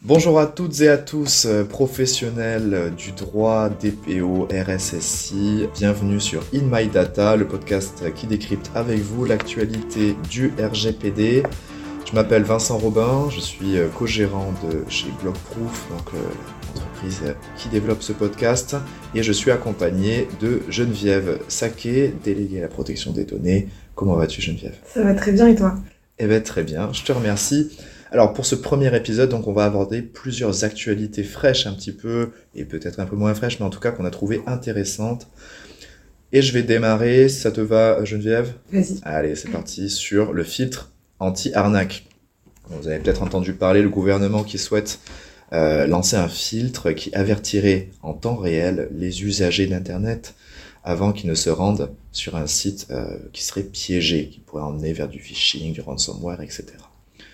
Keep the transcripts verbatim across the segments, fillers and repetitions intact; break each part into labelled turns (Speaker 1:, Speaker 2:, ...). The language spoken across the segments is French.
Speaker 1: Bonjour à toutes et à tous, euh, professionnels du droit, D P O, R S S I. Bienvenue sur In My Data, le podcast qui décrypte avec vous l'actualité du R G P D. Je m'appelle Vincent Robin, je suis co-gérant de chez Blockproof, donc euh, l'entreprise qui développe ce podcast, et je suis accompagné de Geneviève Saquet, déléguée à la protection des données. Comment vas-tu, Geneviève ?
Speaker 2: Ça va très bien, et toi ?
Speaker 1: Eh bien, très bien, je te remercie. Alors, pour ce premier épisode, donc, on va aborder plusieurs actualités fraîches un petit peu, et peut-être un peu moins fraîches, mais en tout cas qu'on a trouvées intéressantes. Et je vais démarrer, si ça te va, Geneviève ?
Speaker 2: Vas-y.
Speaker 1: Allez, c'est parti, sur le filtre anti-arnaque. Vous avez peut-être entendu parler, le gouvernement qui souhaite euh, lancer un filtre qui avertirait en temps réel les usagers d'Internet avant qu'ils ne se rendent sur un site euh, qui serait piégé, qui pourrait emmener vers du phishing, du ransomware, et cetera.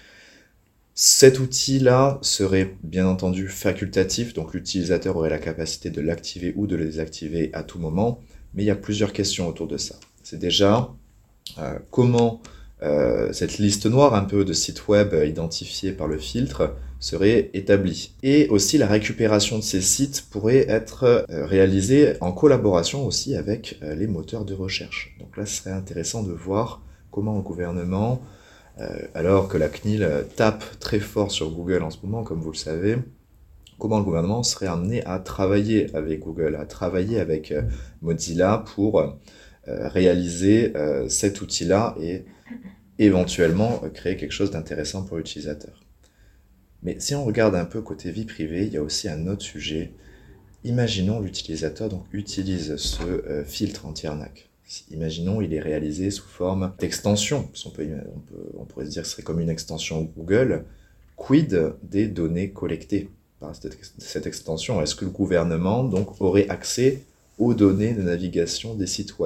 Speaker 1: Cet outil-là serait bien entendu facultatif, donc l'utilisateur aurait la capacité de l'activer ou de le désactiver à tout moment, mais il y a plusieurs questions autour de ça. C'est déjà euh, comment euh, cette liste noire un peu de sites web identifiés par le filtre serait établie. Et aussi la récupération de ces sites pourrait être euh, réalisée en collaboration aussi avec euh, les moteurs de recherche. Donc là, ce serait intéressant de voir comment le gouvernement, Euh, alors que la C N I L tape très fort sur Google en ce moment, comme vous le savez, comment le gouvernement serait amené à travailler avec Google, à travailler avec euh, Mozilla pour euh, réaliser euh, cet outil-là et éventuellement euh, créer quelque chose d'intéressant pour l'utilisateur. Mais si on regarde un peu côté vie privée, il y a aussi un autre sujet. Imaginons l'utilisateur donc utilise ce euh, filtre anti-arnaque. Imaginons, il est réalisé sous forme d'extension. On, peut, on, peut, on pourrait se dire que ce serait comme une extension Google. Quid des données collectées par cette, cette extension ? Est-ce que le gouvernement donc, aurait accès aux données de navigation des citoyens ?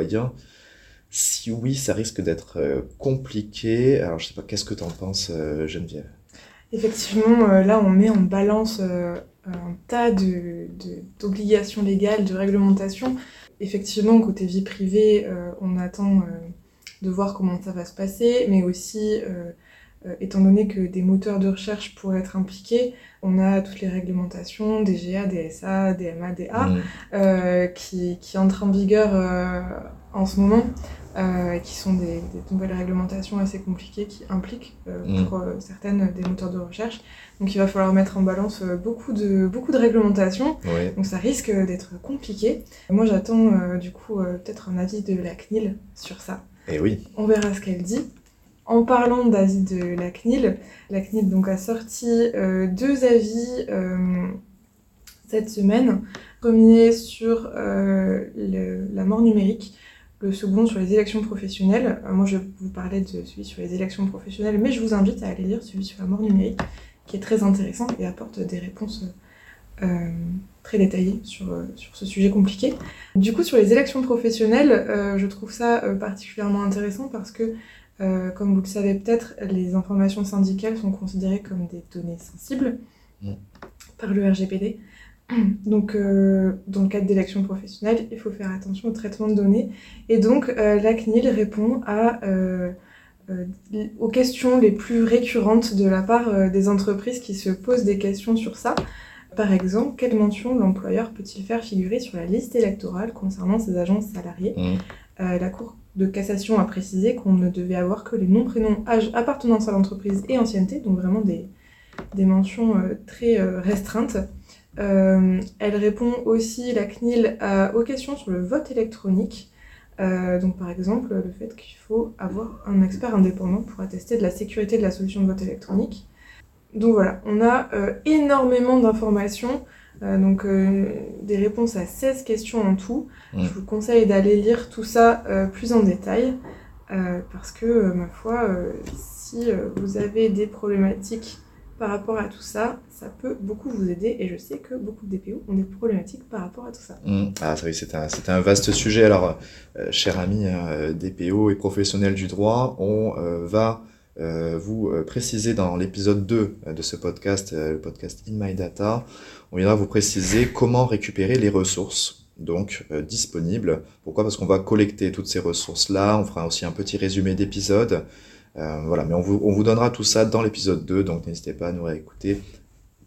Speaker 1: Si oui, ça risque d'être euh, compliqué. Alors, je ne sais pas, qu'est-ce que tu en penses, euh, Geneviève ?
Speaker 2: Effectivement, euh, là, on met en balance euh, un tas de, de, d'obligations légales, de réglementations. Effectivement, côté vie privée, euh, on attend euh, de voir comment ça va se passer, mais aussi, euh, euh, étant donné que des moteurs de recherche pourraient être impliqués, on a toutes les réglementations, D G A, D S A, D M A, D A, mmh. euh, qui, qui entrent en vigueur euh, en ce moment, euh, qui sont des, des nouvelles réglementations assez compliquées qui impliquent euh, mmh. pour euh, certaines des moteurs de recherche. Donc il va falloir mettre en balance euh, beaucoup, de, beaucoup de réglementations, oui. Donc ça risque d'être compliqué. Moi j'attends euh, du coup euh, peut-être un avis de la C N I L sur ça.
Speaker 1: Et oui.
Speaker 2: On verra ce qu'elle dit. En parlant d'avis de la C N I L, la C N I L donc, a sorti euh, deux avis euh, cette semaine. Premier sur euh, le, la mort numérique, le second sur les élections professionnelles. Euh, moi je vais vous parler de celui sur les élections professionnelles, mais je vous invite à aller lire celui sur la mort numérique, qui est très intéressant et apporte des réponses euh, très détaillées sur, euh, sur ce sujet compliqué. Du coup, sur les élections professionnelles, euh, je trouve ça euh, particulièrement intéressant parce que Euh, comme vous le savez peut-être, les informations syndicales sont considérées comme des données sensibles mmh. par le R G P D. Donc, euh, dans le cadre d'élections professionnelles, il faut faire attention au traitement de données. Et donc, euh, la C N I L répond à, euh, euh, aux questions les plus récurrentes de la part euh, des entreprises qui se posent des questions sur ça. Par exemple, quelle mention l'employeur peut-il faire figurer sur la liste électorale concernant ses agents salariés ? mmh. euh, La Cour de cassation a précisé qu'on ne devait avoir que les noms, prénoms, âge, appartenance à l'entreprise et ancienneté, donc vraiment des, des mentions euh, très euh, restreintes. Euh, elle répond aussi, la C N I L, à, aux questions sur le vote électronique. Euh, donc par exemple, le fait qu'il faut avoir un expert indépendant pour attester de la sécurité de la solution de vote électronique. Donc voilà, on a euh, énormément d'informations. Euh, donc euh, des réponses à seize questions en tout. Mmh. Je vous conseille d'aller lire tout ça euh, plus en détail euh, parce que, euh, ma foi, euh, si euh, vous avez des problématiques par rapport à tout ça, ça peut beaucoup vous aider et je sais que beaucoup de D P O ont des problématiques par rapport à tout ça.
Speaker 1: Mmh. Ah c'est vrai, c'est un, c'est un vaste sujet. Alors, euh, chers amis euh, D P O et professionnels du droit, on euh, va Euh, vous euh, préciser dans l'épisode deux euh, de ce podcast, euh, le podcast In My Data, on viendra vous préciser comment récupérer les ressources donc euh, disponibles. Pourquoi ? Parce qu'on va collecter toutes ces ressources-là, on fera aussi un petit résumé d'épisode. Euh, voilà, mais on vous, on vous donnera tout ça dans l'épisode deux, donc n'hésitez pas à nous réécouter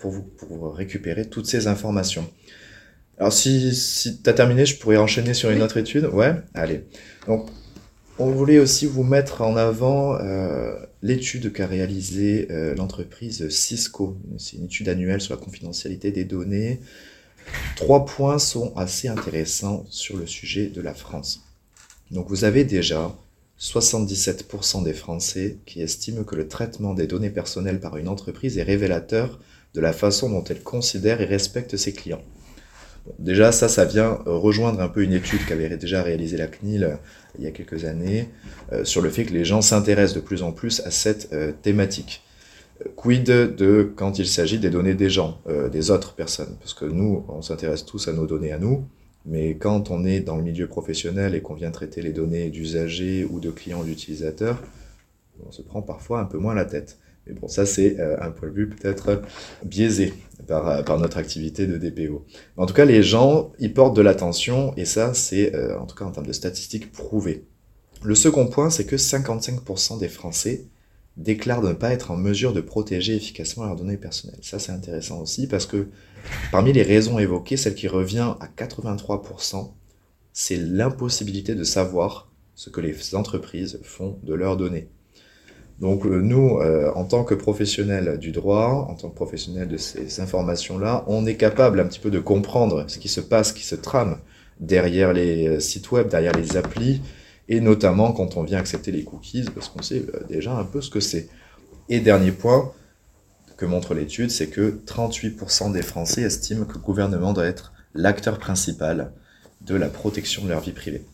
Speaker 1: pour, vous, pour récupérer toutes ces informations. Alors si, si tu as terminé, je pourrais enchaîner sur une autre étude. Ouais, allez. Donc, on voulait aussi vous mettre en avant euh, l'étude qu'a réalisée euh, l'entreprise Cisco. C'est une étude annuelle sur la confidentialité des données. Trois points sont assez intéressants sur le sujet de la France. Donc vous avez déjà soixante-dix-sept pour cent des Français qui estiment que le traitement des données personnelles par une entreprise est révélateur de la façon dont elle considère et respecte ses clients. Bon, déjà, ça, ça vient rejoindre un peu une étude qu'avait déjà réalisée la C N I L euh, il y a quelques années euh, sur le fait que les gens s'intéressent de plus en plus à cette euh, thématique. Euh, quid de quand il s'agit des données des gens, euh, des autres personnes? Parce que nous, on s'intéresse tous à nos données à nous, mais quand on est dans le milieu professionnel et qu'on vient traiter les données d'usagers ou de clients ou d'utilisateurs, on se prend parfois un peu moins la tête. Mais bon, ça, c'est euh, un point de vue peut-être biaisé par, par notre activité de D P O. En tout cas, les gens, ils portent de l'attention, et ça, c'est, euh, en tout cas en termes de statistiques, prouvé. Le second point, c'est que cinquante-cinq pour cent des Français déclarent de ne pas être en mesure de protéger efficacement leurs données personnelles. Ça, c'est intéressant aussi, parce que parmi les raisons évoquées, celle qui revient à quatre-vingt-trois pour cent, c'est l'impossibilité de savoir ce que les entreprises font de leurs données. Donc euh, nous, euh, en tant que professionnels du droit, en tant que professionnels de ces informations-là, on est capable un petit peu de comprendre ce qui se passe, ce qui se trame derrière les sites web, derrière les applis, et notamment quand on vient accepter les cookies, parce qu'on sait euh, déjà un peu ce que c'est. Et dernier point que montre l'étude, c'est que trente-huit pour cent des Français estiment que le gouvernement doit être l'acteur principal de la protection de leur vie privée.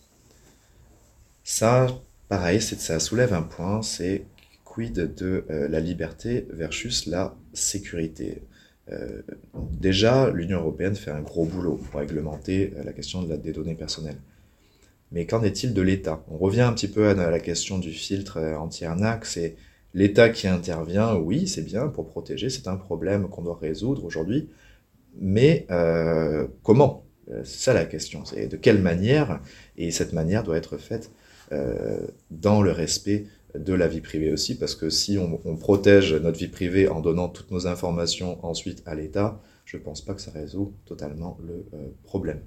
Speaker 1: Ça, pareil, c'est, ça soulève un point, c'est quid de euh, la liberté versus la sécurité. Euh, déjà, l'Union européenne fait un gros boulot pour réglementer euh, la question de la, des données personnelles. Mais qu'en est-il de l'État? On revient un petit peu à la question du filtre euh, anti-arnaque, c'est l'État qui intervient, oui, c'est bien, pour protéger, c'est un problème qu'on doit résoudre aujourd'hui, mais euh, comment? C'est ça la question, c'est de quelle manière, et cette manière doit être faite euh, dans le respect de la vie privée aussi, parce que si on, on protège notre vie privée en donnant toutes nos informations ensuite à l'État, je ne pense pas que ça résout totalement le euh, problème.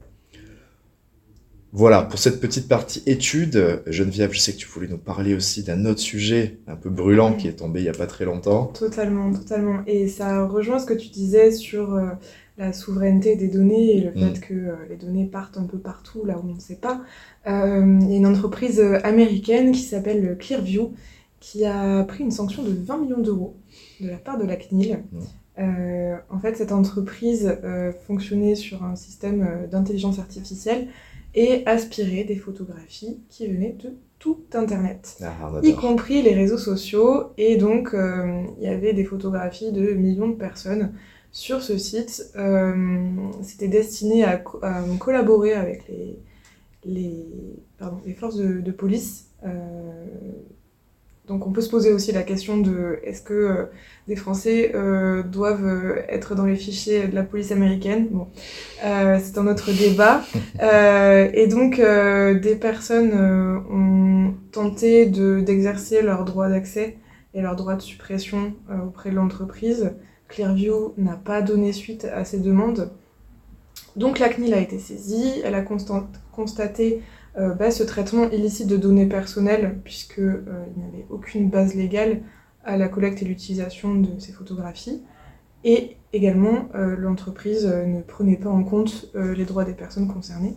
Speaker 1: Voilà, pour cette petite partie étude, Geneviève, je sais que tu voulais nous parler aussi d'un autre sujet un peu brûlant qui est tombé il n'y a pas très longtemps.
Speaker 2: Totalement, totalement. Et ça rejoint ce que tu disais sur euh, la souveraineté des données et le fait mmh. que euh, les données partent un peu partout, là où on ne sait pas. Euh, il y a une entreprise américaine qui s'appelle Clearview qui a pris une sanction de vingt millions d'euros de la part de la C N I L. Mmh. Euh, en fait, cette entreprise euh, fonctionnait sur un système euh, d'intelligence artificielle et aspirait des photographies qui venaient de tout Internet, ah, y compris les réseaux sociaux. Et donc, euh, il y avait des photographies de millions de personnes sur ce site. Euh, c'était destiné à, co- à collaborer avec les, les, pardon, les forces de, de police. Euh, donc, on peut se poser aussi la question de est-ce que euh, des Français euh, doivent euh, être dans les fichiers de la police américaine? Bon, euh, c'est un autre débat. Euh, et donc, euh, des personnes euh, ont tenté de, d'exercer leur droit d'accès et leur droit de suppression euh, auprès de l'entreprise. Clearview n'a pas donné suite à ces demandes. Donc, la C N I L a été saisie. Elle a constant, constaté Euh, bah, ce traitement illicite de données personnelles, puisqu'il euh, n'y avait aucune base légale à la collecte et l'utilisation de ces photographies. Et également, euh, l'entreprise euh, ne prenait pas en compte euh, les droits des personnes concernées.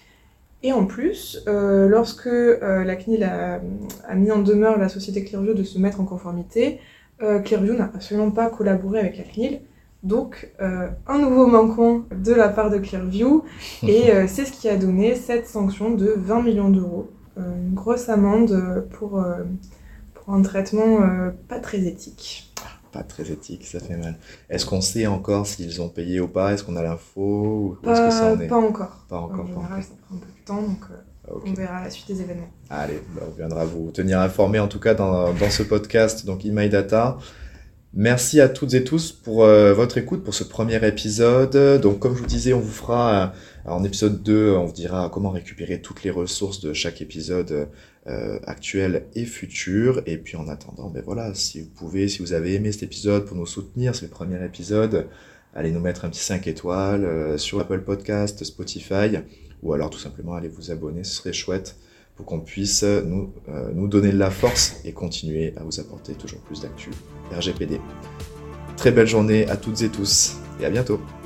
Speaker 2: Et en plus, euh, lorsque euh, la C N I L a, a mis en demeure la société Clearview de se mettre en conformité, euh, Clearview n'a absolument pas collaboré avec la C N I L. Donc, euh, un nouveau manquement de la part de Clearview, et euh, c'est ce qui a donné cette sanction de vingt millions d'euros. Euh, une grosse amende pour, euh, pour un traitement euh, pas très éthique.
Speaker 1: Pas très éthique, ça fait mal. Est-ce qu'on sait encore s'ils ont payé ou pas? Est-ce qu'on a l'info? Où
Speaker 2: pas,
Speaker 1: est-ce que ça en est?
Speaker 2: Pas encore.
Speaker 1: Pas encore.
Speaker 2: En général, ça prend un peu de temps, donc euh, okay. On verra la suite des événements.
Speaker 1: Allez, bah on viendra vous tenir informés, en tout cas dans, dans ce podcast, donc In My Data. Merci à toutes et tous pour euh, votre écoute pour ce premier épisode. Donc comme je vous disais, on vous fera euh, en épisode deux, on vous dira comment récupérer toutes les ressources de chaque épisode euh, actuel et futur. Et puis en attendant, ben voilà, si vous pouvez, si vous avez aimé cet épisode pour nous soutenir, c'est le premier épisode, allez nous mettre un petit cinq étoiles euh, sur Apple Podcast, Spotify, ou alors tout simplement allez vous abonner, ce serait chouette pour qu'on puisse nous, euh, nous donner de la force et continuer à vous apporter toujours plus d'actu R G P D. Très belle journée à toutes et tous et à bientôt.